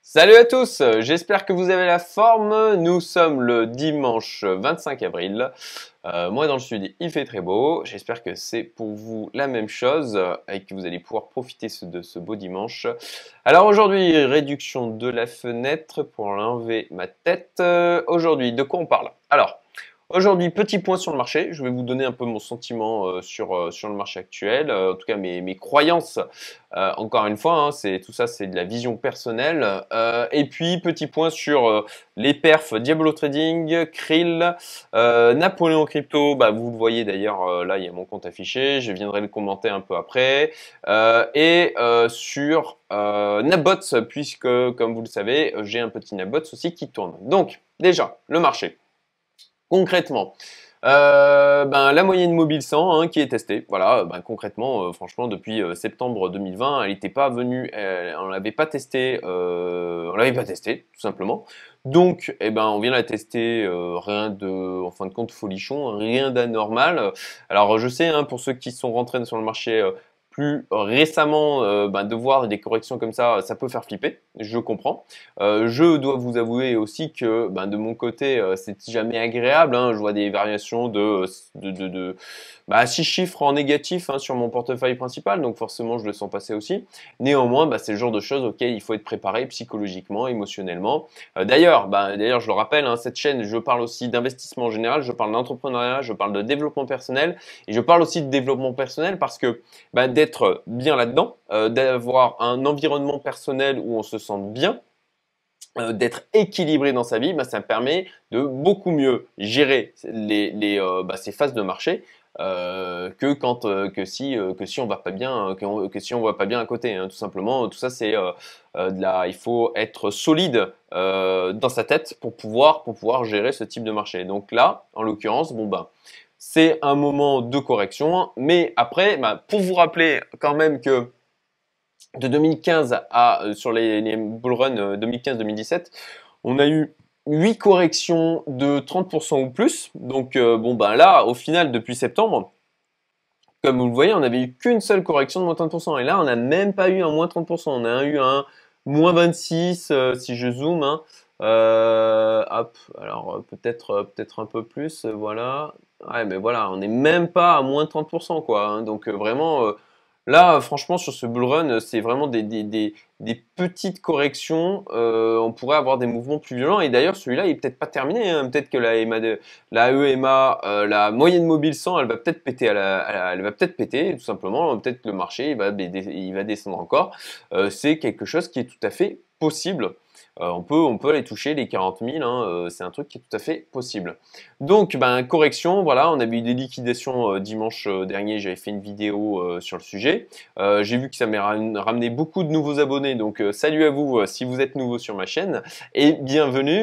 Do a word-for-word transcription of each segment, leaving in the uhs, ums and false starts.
Salut à tous, j'espère que vous avez la forme. Nous sommes le dimanche vingt-cinq avril. Euh, moi dans le sud, il fait très beau. J'espère que c'est pour vous la même chose et que vous allez pouvoir profiter de ce beau dimanche. Alors aujourd'hui, réduction de la fenêtre pour enlever ma tête. Euh, aujourd'hui, de quoi on parle? Alors, aujourd'hui, petit point sur le marché. Je vais vous donner un peu mon sentiment euh, sur, euh, sur le marché actuel, euh, en tout cas mes, mes croyances. Euh, encore une fois, hein, c'est tout ça, c'est de la vision personnelle. Euh, et puis petit point sur euh, les perfs Diablo Trading, Krill, euh, Napoléon Crypto. Bah, vous le voyez d'ailleurs, euh, là il y a mon compte affiché. Je viendrai le commenter un peu après. Euh, et euh, sur euh, Nabots, puisque comme vous le savez, j'ai un petit Nabots aussi qui tourne. Donc déjà le marché. Concrètement, euh, ben, la moyenne mobile cent hein, qui est testée. Voilà, ben, concrètement, euh, franchement, depuis euh, septembre deux mille vingt, elle n'était pas venue, elle, on l'avait pas testée, euh, on l'avait pas testée, tout simplement. Donc, eh ben, on vient la tester, euh, rien de, en fin de compte, folichon, rien d'anormal. Alors, je sais, hein, pour ceux qui sont rentrés sur le marché euh, plus récemment, euh, ben, de voir des corrections comme ça, ça peut faire flipper, je comprends. Euh, je dois vous avouer aussi que ben, de mon côté, euh, c'est jamais agréable. Hein. Je vois des variations de, de, de, de bah, six chiffres en négatif hein, sur mon portefeuille principal, donc forcément je le sens passer aussi. Néanmoins, bah, c'est le genre de choses auxquelles il faut être préparé psychologiquement, émotionnellement. Euh, d'ailleurs, bah, d'ailleurs, je le rappelle, hein, cette chaîne, je parle aussi d'investissement en général, je parle d'entrepreneuriat, je parle de développement personnel et je parle aussi de développement personnel parce que bah, d'être bien là-dedans, euh, d'avoir un environnement personnel où on se sente bien, euh, d'être équilibré dans sa vie, bah, ça permet de beaucoup mieux gérer les, les, euh, bah, ces phases de marché euh, que quand euh, que si euh, que si on va pas bien que, on- que si on va pas bien à côté hein, tout simplement. Tout ça c'est euh, euh, de la, il faut être solide euh, dans sa tête pour pouvoir pour pouvoir gérer ce type de marché. Donc là, en l'occurrence, bon ben c'est un moment de correction, mais après, bah, pour vous rappeler quand même que de deux mille quinze à euh, sur les, les bull run euh, deux mille quinze deux mille dix-sept, on a eu huit corrections de trente pour cent ou plus. Donc euh, bon ben là, au final, depuis septembre, comme vous le voyez, on n'avait eu qu'une seule correction de moins trente pour cent. Et là, on n'a même pas eu un moins trente pour cent. On a eu un moins vingt-six euh, si je zoome. Hein. Euh, hop, alors euh, peut-être euh, peut-être un peu plus, euh, voilà. Ouais, mais voilà, on n'est même pas à moins trente pour cent quoi. Hein. Donc euh, vraiment, euh, là, franchement, sur ce bull run, euh, c'est vraiment des, des, des, des petites corrections. Euh, on pourrait avoir des mouvements plus violents. Et d'ailleurs, celui-là, il est peut-être pas terminé. Hein. Peut-être que la E M A, de- la E M A, euh, la moyenne mobile cent, elle va peut-être péter, à la, à la- elle va peut-être péter, tout simplement. Peut-être que le marché, il va, il va descendre encore. Euh, c'est quelque chose qui est tout à fait possible. Euh, on peut, on peut aller toucher les quarante mille, hein, euh, c'est un truc qui est tout à fait possible. Donc, ben, correction, voilà, on avait eu des liquidations euh, dimanche euh, dernier, j'avais fait une vidéo euh, sur le sujet. Euh, j'ai vu que ça m'a ramené beaucoup de nouveaux abonnés, donc euh, salut à vous euh, si vous êtes nouveau sur ma chaîne et bienvenue.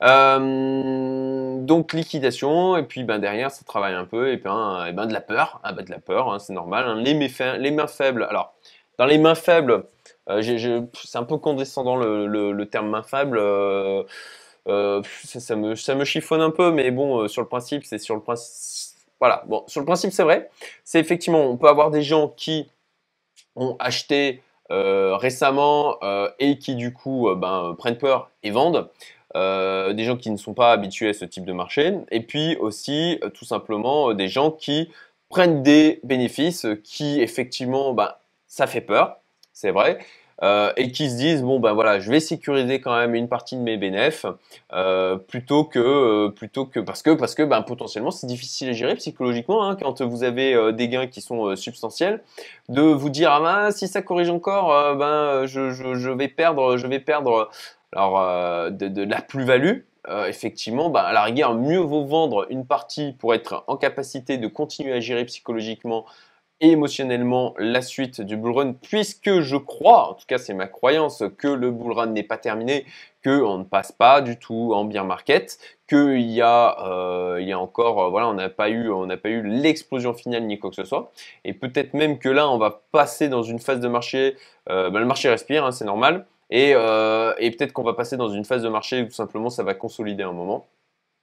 Euh, donc liquidation et puis ben derrière ça travaille un peu et ben, et ben de la peur, ah ben de la peur, hein, c'est normal. Hein. Les, méfaits, les mains faibles, alors dans les mains faibles. Euh, j'ai- j'ai- c'est un peu condescendant le, le- le terme main faible. Euh, euh, ça, ça me, ça me chiffonne un peu, mais bon, euh, sur le principe, c'est sur le principe. Voilà, bon, sur le principe, c'est vrai. C'est effectivement, on peut avoir des gens qui ont acheté euh, récemment euh, et qui du coup euh, ben, prennent peur et vendent. Euh, des gens qui ne sont pas habitués à ce type de marché. Et puis aussi, euh, tout simplement, euh, des gens qui prennent des bénéfices qui effectivement, ben, ça fait peur, c'est vrai. Euh, et qui se disent bon ben voilà je vais sécuriser quand même une partie de mes bénéfices euh, plutôt que euh, plutôt que parce que parce que ben potentiellement c'est difficile à gérer psychologiquement hein, quand vous avez euh, des gains qui sont euh, substantiels de vous dire ah ben, si ça corrige encore euh, ben je, je, je vais perdre je vais perdre alors euh, de, de la plus-value. Euh, effectivement, ben, à la rigueur, mieux vaut vendre une partie pour être en capacité de continuer à gérer psychologiquement et émotionnellement la suite du bull run, puisque je crois, en tout cas c'est ma croyance, que le bull run n'est pas terminé, qu'on ne passe pas du tout en bear market, qu'il y a, euh, il y a encore, euh, voilà, on n'a pas eu, on n'a pas eu l'explosion finale ni quoi que ce soit, et peut-être même que là on va passer dans une phase de marché, euh, ben, le marché respire, hein, c'est normal, et, euh, et peut-être qu'on va passer dans une phase de marché où tout simplement ça va consolider un moment.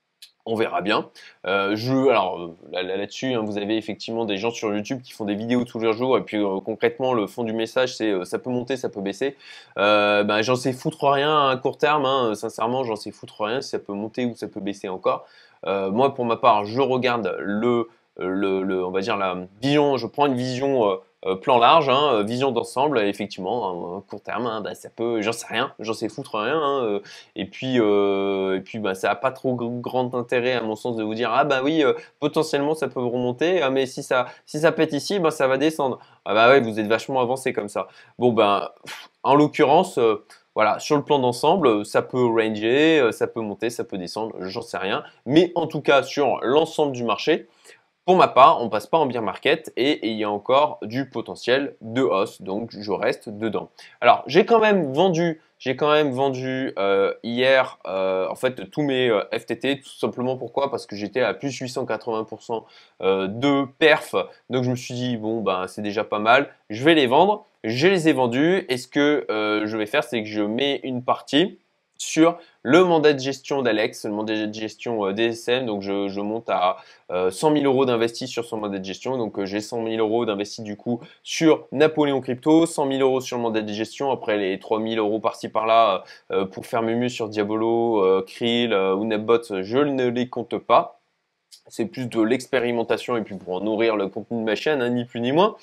On verra bien. Euh, je, alors là, là, là-dessus, hein, vous avez effectivement des gens sur YouTube qui font des vidéos tous les jours et puis euh, concrètement le fond du message c'est euh, ça peut monter, ça peut baisser. Euh, ben, j'en sais foutre rien à court terme, hein, sincèrement j'en sais foutre rien si ça peut monter ou ça peut baisser encore. Euh, moi pour ma part je regarde le, le, le, on va dire la vision, je prends une vision euh, euh, plan large, hein, vision d'ensemble. Effectivement, à court terme, hein, bah, ça peut, j'en sais rien, j'en sais foutre rien. Hein, euh, et puis, euh, et puis, bah, ça n'a pas trop grand intérêt à mon sens de vous dire ah bah oui, euh, potentiellement ça peut remonter, ah, mais si ça, si ça pète ici, bah, ça va descendre. Ah bah ouais, vous êtes vachement avancé comme ça. Bon ben, en l'occurrence. Euh, Voilà, sur le plan d'ensemble, ça peut ranger, ça peut monter, ça peut descendre, j'en sais rien. Mais en tout cas, sur l'ensemble du marché, pour ma part, on passe pas en bear market et il y a encore du potentiel de hausse, donc je reste dedans. Alors, j'ai quand même vendu, j'ai quand même vendu euh, hier euh, en fait tous mes euh, F T T, tout simplement pourquoi? Parce que j'étais à plus huit cent quatre-vingts pour cent euh, de perf, donc je me suis dit bon ben c'est déjà pas mal, je vais les vendre, je les ai vendus. Et ce que euh, je vais faire, c'est que je mets une partie sur le mandat de gestion d'Alex, le mandat de gestion euh, D S M. Donc je, je monte à euh, cent mille euros d'investis sur son mandat de gestion. Donc euh, j'ai cent mille euros d'investis du coup sur Napoléon Crypto, cent mille euros sur le mandat de gestion. Après les trois mille euros par-ci par-là euh, pour faire mieux sur Diabolo, euh, Krill euh, ou Netbot, je ne les compte pas. C'est plus de l'expérimentation et puis pour nourrir le contenu de ma chaîne, hein, ni plus ni moins.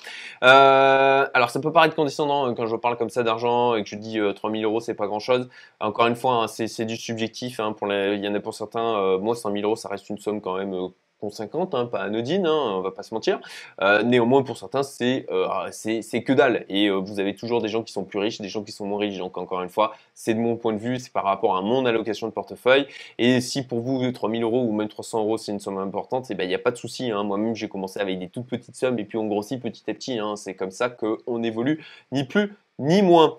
Euh, alors ça peut paraître condescendant hein, quand je parle comme ça d'argent et que je dis euh, trois mille euros c'est pas grand chose. Encore une fois, hein, c'est du subjectif. Hein, pour les, il y en a pour certains, euh, moi cinq mille euros ça reste une somme quand même euh, conséquente, hein, pas anodine, hein, on va pas se mentir. Euh, néanmoins pour certains c'est euh, c'est que dalle et euh, vous avez toujours des gens qui sont plus riches, des gens qui sont moins riches. Donc encore une fois, c'est de mon point de vue, c'est par rapport à mon allocation de portefeuille. Et si pour vous trois mille euros ou même trois cents euros c'est une somme importante, il ben, n'y a pas de souci. Hein. Moi-même j'ai commencé avec des toutes petites sommes et puis on grossit petit à petit. Hein. C'est comme ça qu'on évolue, ni plus ni moins.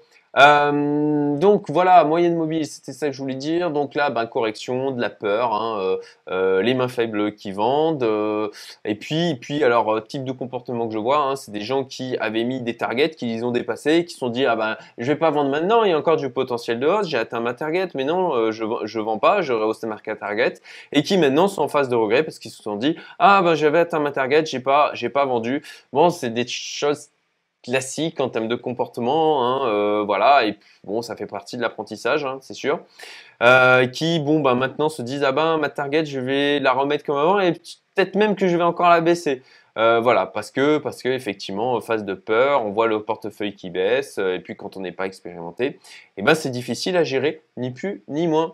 Euh, donc voilà, moyenne mobile, c'était ça que je voulais dire. Donc là, ben, correction, de la peur, hein, euh, euh, les mains faibles qui vendent. Euh, et puis, et puis alors, euh, type de comportement que je vois, hein, c'est des gens qui avaient mis des targets, qui les ont dépassés, qui se sont dit, ah ben, je vais pas vendre maintenant, il y a encore du potentiel de hausse, j'ai atteint ma target, mais non, euh, je, je vends pas, je rehausse ma target. Et qui maintenant sont en phase de regret parce qu'ils se sont dit, ah ben, j'avais atteint ma target, j'ai pas, j'ai pas vendu. Bon, c'est des choses classique en termes de comportement, hein, euh, voilà, et bon, ça fait partie de l'apprentissage, hein, c'est sûr, euh, qui, bon, bah, maintenant se disent, ah ben, ma target, je vais la remettre comme avant, et peut-être même que je vais encore la baisser. Euh, voilà, parce que, parce que effectivement, phase de peur, on voit le portefeuille qui baisse, et puis quand on n'est pas expérimenté, et ben, c'est difficile à gérer, ni plus ni moins.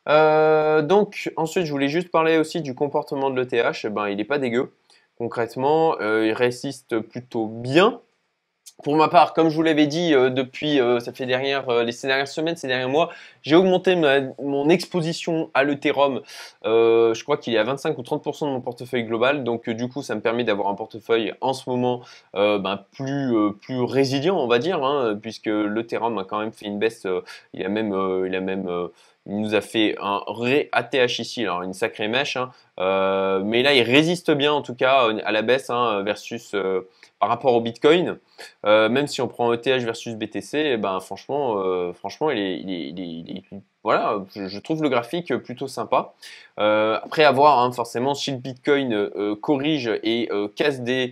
Euh, donc, ensuite, je voulais juste parler aussi du comportement de l'E T H, ben, il n'est pas dégueu. Concrètement, euh, il résiste plutôt bien. Pour ma part, comme je vous l'avais dit euh, depuis, euh, ça fait derrière, euh, les ces dernières semaines, ces derniers mois, j'ai augmenté ma, mon exposition à l'Ethereum. Euh, je crois qu'il est à vingt-cinq ou trente pour cent de mon portefeuille global. Donc euh, du coup, ça me permet d'avoir un portefeuille en ce moment euh, ben, plus, euh, plus résilient, on va dire, hein, puisque l'Ethereum a quand même fait une baisse. Euh, il a même, euh, il a même euh, il nous a fait un ré-A T H ici, alors une sacrée mèche. Hein, euh, mais là, il résiste bien en tout cas à la baisse hein, versus euh, par rapport au Bitcoin. Euh, même si on prend E T H versus B T C, eh ben franchement, euh, franchement, il est, il est, il est, il est, voilà, je, je trouve le graphique plutôt sympa. Euh, après avoir hein, forcément si le Bitcoin euh, corrige et euh, casse des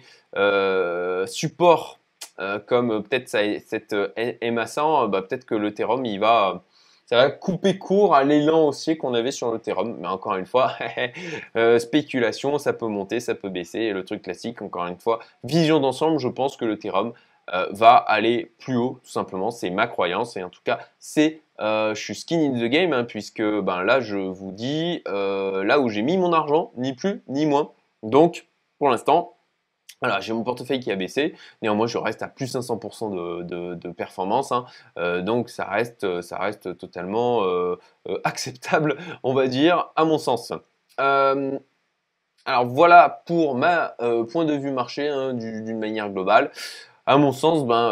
euh, supports euh, comme peut-être cette M A cent, bah, peut-être que l'Ethereum il va ça va couper court à l'élan haussier qu'on avait sur l'Ethereum. Mais encore une fois, euh, spéculation, ça peut monter, ça peut baisser. Et le truc classique, encore une fois, vision d'ensemble, je pense que l'Ethereum euh, va aller plus haut, tout simplement. C'est ma croyance. Et en tout cas, c'est, euh, je suis skin in the game, hein, puisque ben, là, je vous dis, euh, là où j'ai mis mon argent, ni plus, ni moins. Donc, pour l'instant, voilà, j'ai mon portefeuille qui a baissé, néanmoins je reste à plus cinq cents pour cent de, de, de performance, hein. Euh, donc ça reste, ça reste totalement euh, euh, acceptable, on va dire, à mon sens. Euh, alors voilà pour ma euh, point de vue marché hein, d'une manière globale. À mon sens, ben,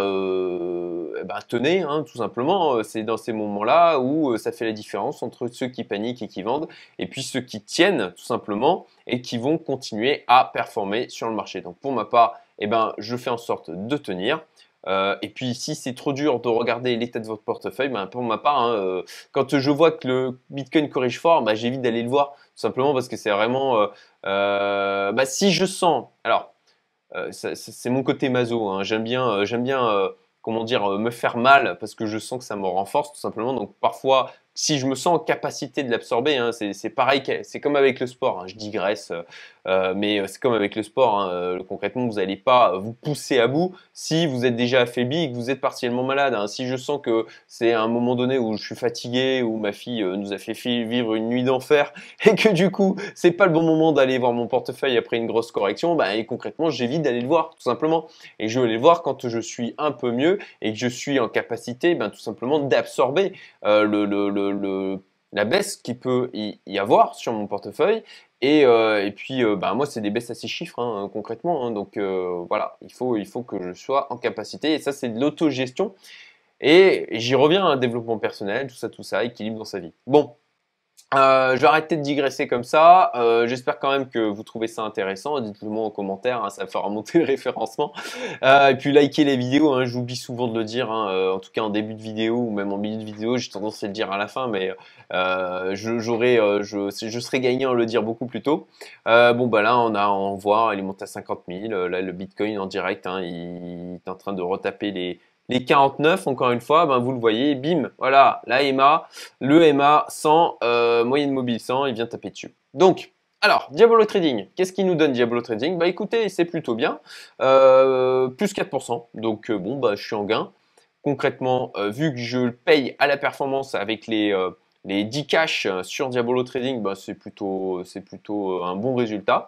euh, ben tenez, hein, tout simplement, c'est dans ces moments-là où euh, ça fait la différence entre ceux qui paniquent et qui vendent, et puis ceux qui tiennent, tout simplement, et qui vont continuer à performer sur le marché. Donc pour ma part, eh ben, je fais en sorte de tenir. Euh, et puis, si c'est trop dur de regarder l'état de votre portefeuille, ben, pour ma part, hein, euh, quand je vois que le Bitcoin corrige fort, ben, j'évite d'aller le voir, tout simplement parce que c'est vraiment… Euh, euh, ben, si je sens… Alors, euh, c'est mon côté maso, hein, j'aime bien, euh, j'aime bien euh, comment dire, euh, me faire mal parce que je sens que ça me renforce, tout simplement. Donc, parfois… Si je me sens en capacité de l'absorber, hein, c'est pareil, c'est comme avec le sport, hein, je digresse, euh, mais c'est comme avec le sport, hein, euh, concrètement, vous n'allez pas vous pousser à bout si vous êtes déjà affaibli et que vous êtes partiellement malade. Hein. Si je sens que c'est à un moment donné où je suis fatigué, où ma fille euh, nous a fait vivre une nuit d'enfer et que du coup, c'est pas le bon moment d'aller voir mon portefeuille après une grosse correction, bah, et concrètement, j'évite d'aller le voir, tout simplement. Et je vais aller le voir quand je suis un peu mieux et que je suis en capacité, ben, tout simplement, d'absorber euh, le, le, le, le, la baisse qu'il peut y, y avoir sur mon portefeuille. Et, euh, et puis, euh, bah, moi, c'est des baisses à six chiffres, hein, concrètement. Hein, donc, euh, voilà, il faut, il faut que je sois en capacité. Et ça, c'est de l'autogestion. Et, et j'y reviens, hein, développement personnel, tout ça, tout ça, équilibre dans sa vie. Bon, euh, je vais arrêter de digresser comme ça. Euh, J'espère quand même que vous trouvez ça intéressant. Dites-le moi en commentaire, hein, ça fera monter le référencement. Euh, et puis likez les vidéos. Hein, J'oublie souvent de le dire, hein, euh, en tout cas en début de vidéo ou même en milieu de vidéo. J'ai tendance à le dire à la fin, mais euh, je, j'aurais, euh, je, je serais gagnant à le dire beaucoup plus tôt. Euh, bon bah là, on a, on voit, il est monté à cinquante mille. Là, le Bitcoin en direct, hein, il est en train de retaper les les quarante-neuf, encore une fois, ben vous le voyez, bim, voilà, la E M A, le E M A cent, euh, moyenne mobile cent, il vient taper dessus. Donc, alors, Diabolo Trading, qu'est-ce qui nous donne Diabolo Trading? Bah écoutez, c'est plutôt bien, euh, plus quatre pour cent, donc euh, bon, bah je suis en gain. Concrètement, euh, vu que je paye à la performance avec les, euh, les dix cash sur Diabolo Trading, bah, c'est plutôt, c'est plutôt un bon résultat.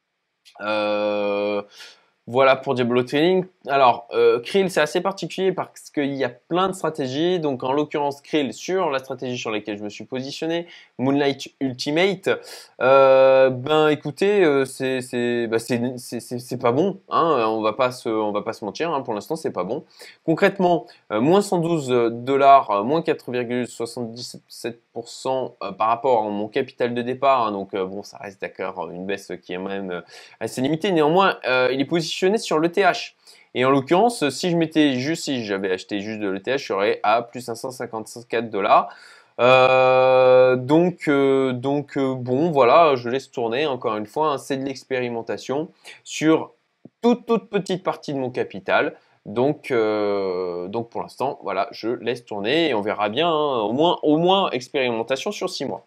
Euh, Voilà pour Diablo Trading. Alors, euh, Krill, c'est assez particulier parce qu'il y a plein de stratégies. Donc, en l'occurrence, Krill sur la stratégie sur laquelle je me suis positionné, Moonlight Ultimate. Euh, ben, écoutez, euh, c'est c'est bah, c'est- c'est- c'est- c'est pas bon. Hein, on va pas se, on va pas se mentir. Hein, pour l'instant, c'est pas bon. Concrètement, euh, moins cent douze dollars, euh, moins quatre virgule soixante-dix-sept pour cent euh, par rapport à mon capital de départ. Hein, donc, euh, bon, ça reste d'accord, une baisse qui est même euh, assez limitée. Néanmoins, euh, il est positionné sur l'E T H. Et en l'occurrence, si je m'étais juste, si j'avais acheté juste de l'E T H, je serais à plus cinq cent cinquante-quatre dollars. Euh, donc, euh, donc euh, bon, voilà, je laisse tourner. Encore une fois, hein, c'est de l'expérimentation sur toute toute petite partie de mon capital. Donc, euh, donc pour l'instant, voilà, je laisse tourner et on verra bien. Hein, au moins, au moins expérimentation sur six mois.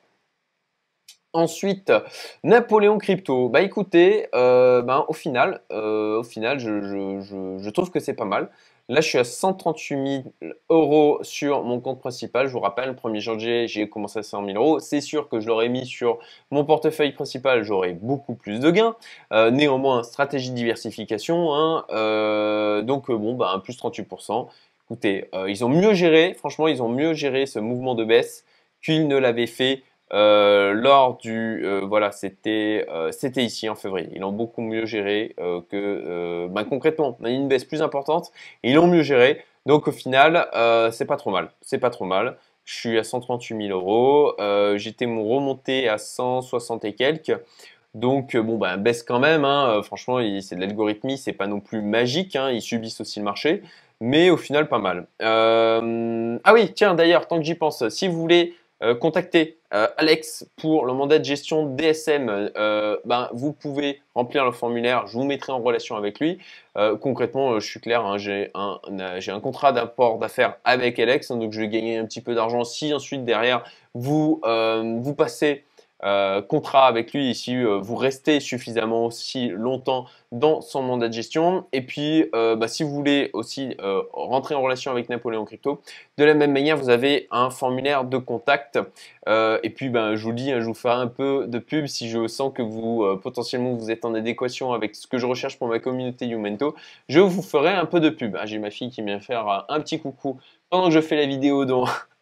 Ensuite, Napoléon Crypto. Bah écoutez, euh, ben, au final, euh, au final, je, je, je, je trouve que c'est pas mal. Là, je suis à cent trente-huit mille euros sur mon compte principal. Je vous rappelle, le premier janvier, j'ai commencé à cent mille euros. C'est sûr que je l'aurais mis sur mon portefeuille principal, j'aurais beaucoup plus de gains. Euh, néanmoins, stratégie de diversification. Hein, euh, donc, euh, bon, bah, plus trente-huit pour cent. Écoutez, euh, ils ont mieux géré, franchement, ils ont mieux géré ce mouvement de baisse qu'ils ne l'avaient fait euh, lors du, euh, voilà, c'était euh, c'était ici en février. Ils l'ont beaucoup mieux géré euh, que, euh, ben, concrètement, on a eu une baisse plus importante. Et ils l'ont mieux géré. Donc au final, euh, c'est pas trop mal. C'est pas trop mal. Je suis à cent trente-huit mille euros. Euh, J'étais remonté à cent soixante et quelques. Donc euh, bon, ben baisse quand même. Hein. Euh, franchement, c'est de l'algorithmie, c'est pas non plus magique. Hein. Ils subissent aussi le marché, mais au final, pas mal. Euh, Ah oui, tiens, d'ailleurs, tant que j'y pense, si vous voulez euh, contacter euh, Alex pour le mandat de gestion D S M, euh, ben, vous pouvez remplir le formulaire, je vous mettrai en relation avec lui. Euh, concrètement, euh, je suis clair, hein, j'ai un, j'ai un contrat d'apport d'affaires avec Alex, hein, donc je vais gagner un petit peu d'argent si ensuite derrière vous, euh, vous passez euh, contrat avec lui, si euh, vous restez suffisamment aussi longtemps dans son mandat de gestion. Et puis, euh, bah, si vous voulez aussi euh, rentrer en relation avec Napoléon Crypto, de la même manière, vous avez un formulaire de contact. Euh, et puis, ben, je vous dis, hein, je vous ferai un peu de pub si je sens que vous, euh, potentiellement, vous êtes en adéquation avec ce que je recherche pour ma communauté Youmento. Je vous ferai un peu de pub. Ah, j'ai ma fille qui vient faire euh, un petit coucou pendant que je fais la vidéo dans,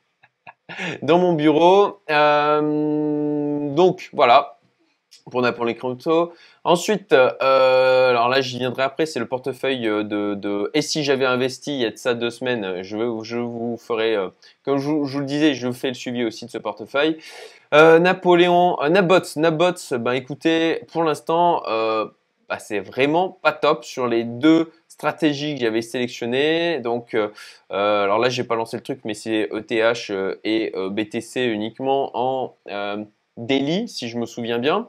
dans mon bureau. Euh, donc, voilà pour Napoléon Crypto. Ensuite, euh, alors là, j'y viendrai après, c'est le portefeuille de, de… Et si j'avais investi il y a de ça deux semaines, je, je vous ferai, euh, comme je, je, vous le disais, je fais le suivi aussi de ce portefeuille. Euh, Napoléon, euh, Nabots, Nabots, ben écoutez, pour l'instant, euh, bah, c'est vraiment pas top sur les deux stratégies que j'avais sélectionnées. Donc, euh, euh, alors là, j'ai pas lancé le truc, mais c'est E T H euh, et euh, B T C uniquement en euh, daily, si je me souviens bien.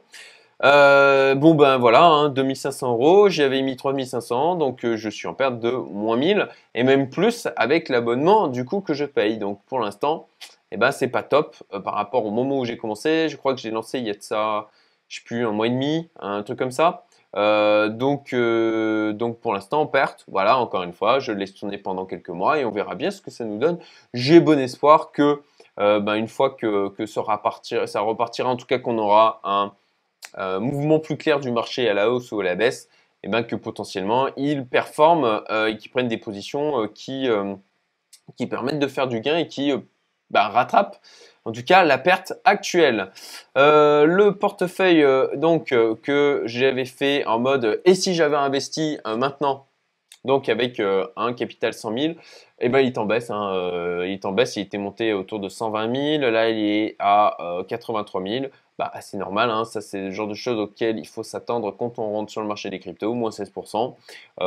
Euh, bon ben voilà, hein, deux mille cinq cents euros, j'avais mis trois mille cinq cents, donc euh, je suis en perte de moins mille et même plus avec l'abonnement du coup que je paye. Donc pour l'instant, eh ben c'est pas top euh, par rapport au moment où j'ai commencé. Je crois que j'ai lancé il y a de ça, je sais plus, un mois et demi, un truc comme ça. Euh, donc euh, donc pour l'instant en perte. Voilà, encore une fois, je laisse tourner pendant quelques mois et on verra bien ce que ça nous donne. J'ai bon espoir que euh, ben, une fois que que ça repartira, ça repartira, en tout cas qu'on aura un euh, mouvement plus clair du marché à la hausse ou à la baisse, et ben que potentiellement ils performent euh, et qu'ils prennent des positions euh, qui, euh, qui permettent de faire du gain et qui euh, bah, rattrapent en tout cas la perte actuelle. Euh, le portefeuille euh, donc euh, que j'avais fait en mode et si j'avais investi euh, maintenant, donc avec euh, un capital cent mille, eh ben, il t'en baisse. Hein, euh, il t'en baisse, il était monté autour de cent vingt mille. Là, il est à euh, quatre-vingt-trois mille. Bah, c'est normal. Hein, ça, c'est le genre de choses auxquelles il faut s'attendre quand on rentre sur le marché des cryptos, moins seize pour cent.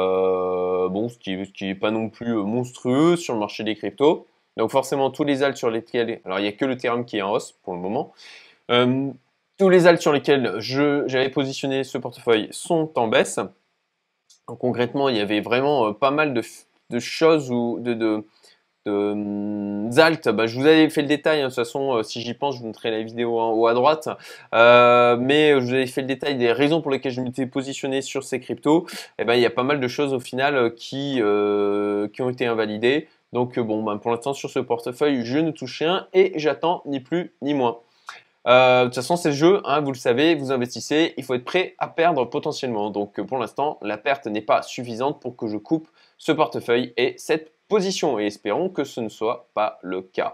Euh, bon, ce qui n'est pas non plus euh, monstrueux sur le marché des cryptos. Donc forcément, tous les alts sur lesquels… Alors, il n'y a que le Ethereum qui est en hausse pour le moment. Euh, tous les alts sur lesquels j'avais positionné ce portefeuille sont en baisse. Donc, concrètement, il y avait vraiment euh, pas mal de, de choses ou de, de, de hum, alt. Bah, je vous avais fait le détail, hein, de toute façon, euh, si j'y pense, je vous montrerai la vidéo en haut à droite. Euh, mais je vous avais fait le détail des raisons pour lesquelles je m'étais positionné sur ces cryptos. Et ben, il y a pas mal de choses au final euh, qui, euh, qui ont été invalidées. Donc euh, bon, ben, pour l'instant, sur ce portefeuille, je ne touche rien et j'attends ni plus ni moins. Euh, de toute façon, c'est le jeu, hein, vous le savez, vous investissez, il faut être prêt à perdre potentiellement. Donc pour l'instant, la perte n'est pas suffisante pour que je coupe ce portefeuille et cette position. Et espérons que ce ne soit pas le cas.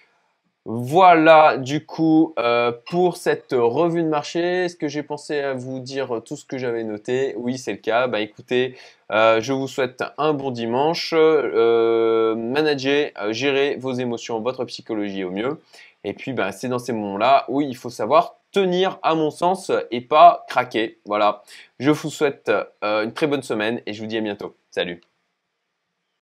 Voilà du coup euh, pour cette revue de marché. Est-ce que j'ai pensé à vous dire tout ce que j'avais noté? Oui, c'est le cas. Bah écoutez, euh, je vous souhaite un bon dimanche. Euh, managez, euh, gérez vos émotions, votre psychologie au mieux. Et puis bah, c'est dans ces moments-là où il faut savoir tenir à mon sens et pas craquer. Voilà. Je vous souhaite euh, une très bonne semaine et je vous dis à bientôt. Salut.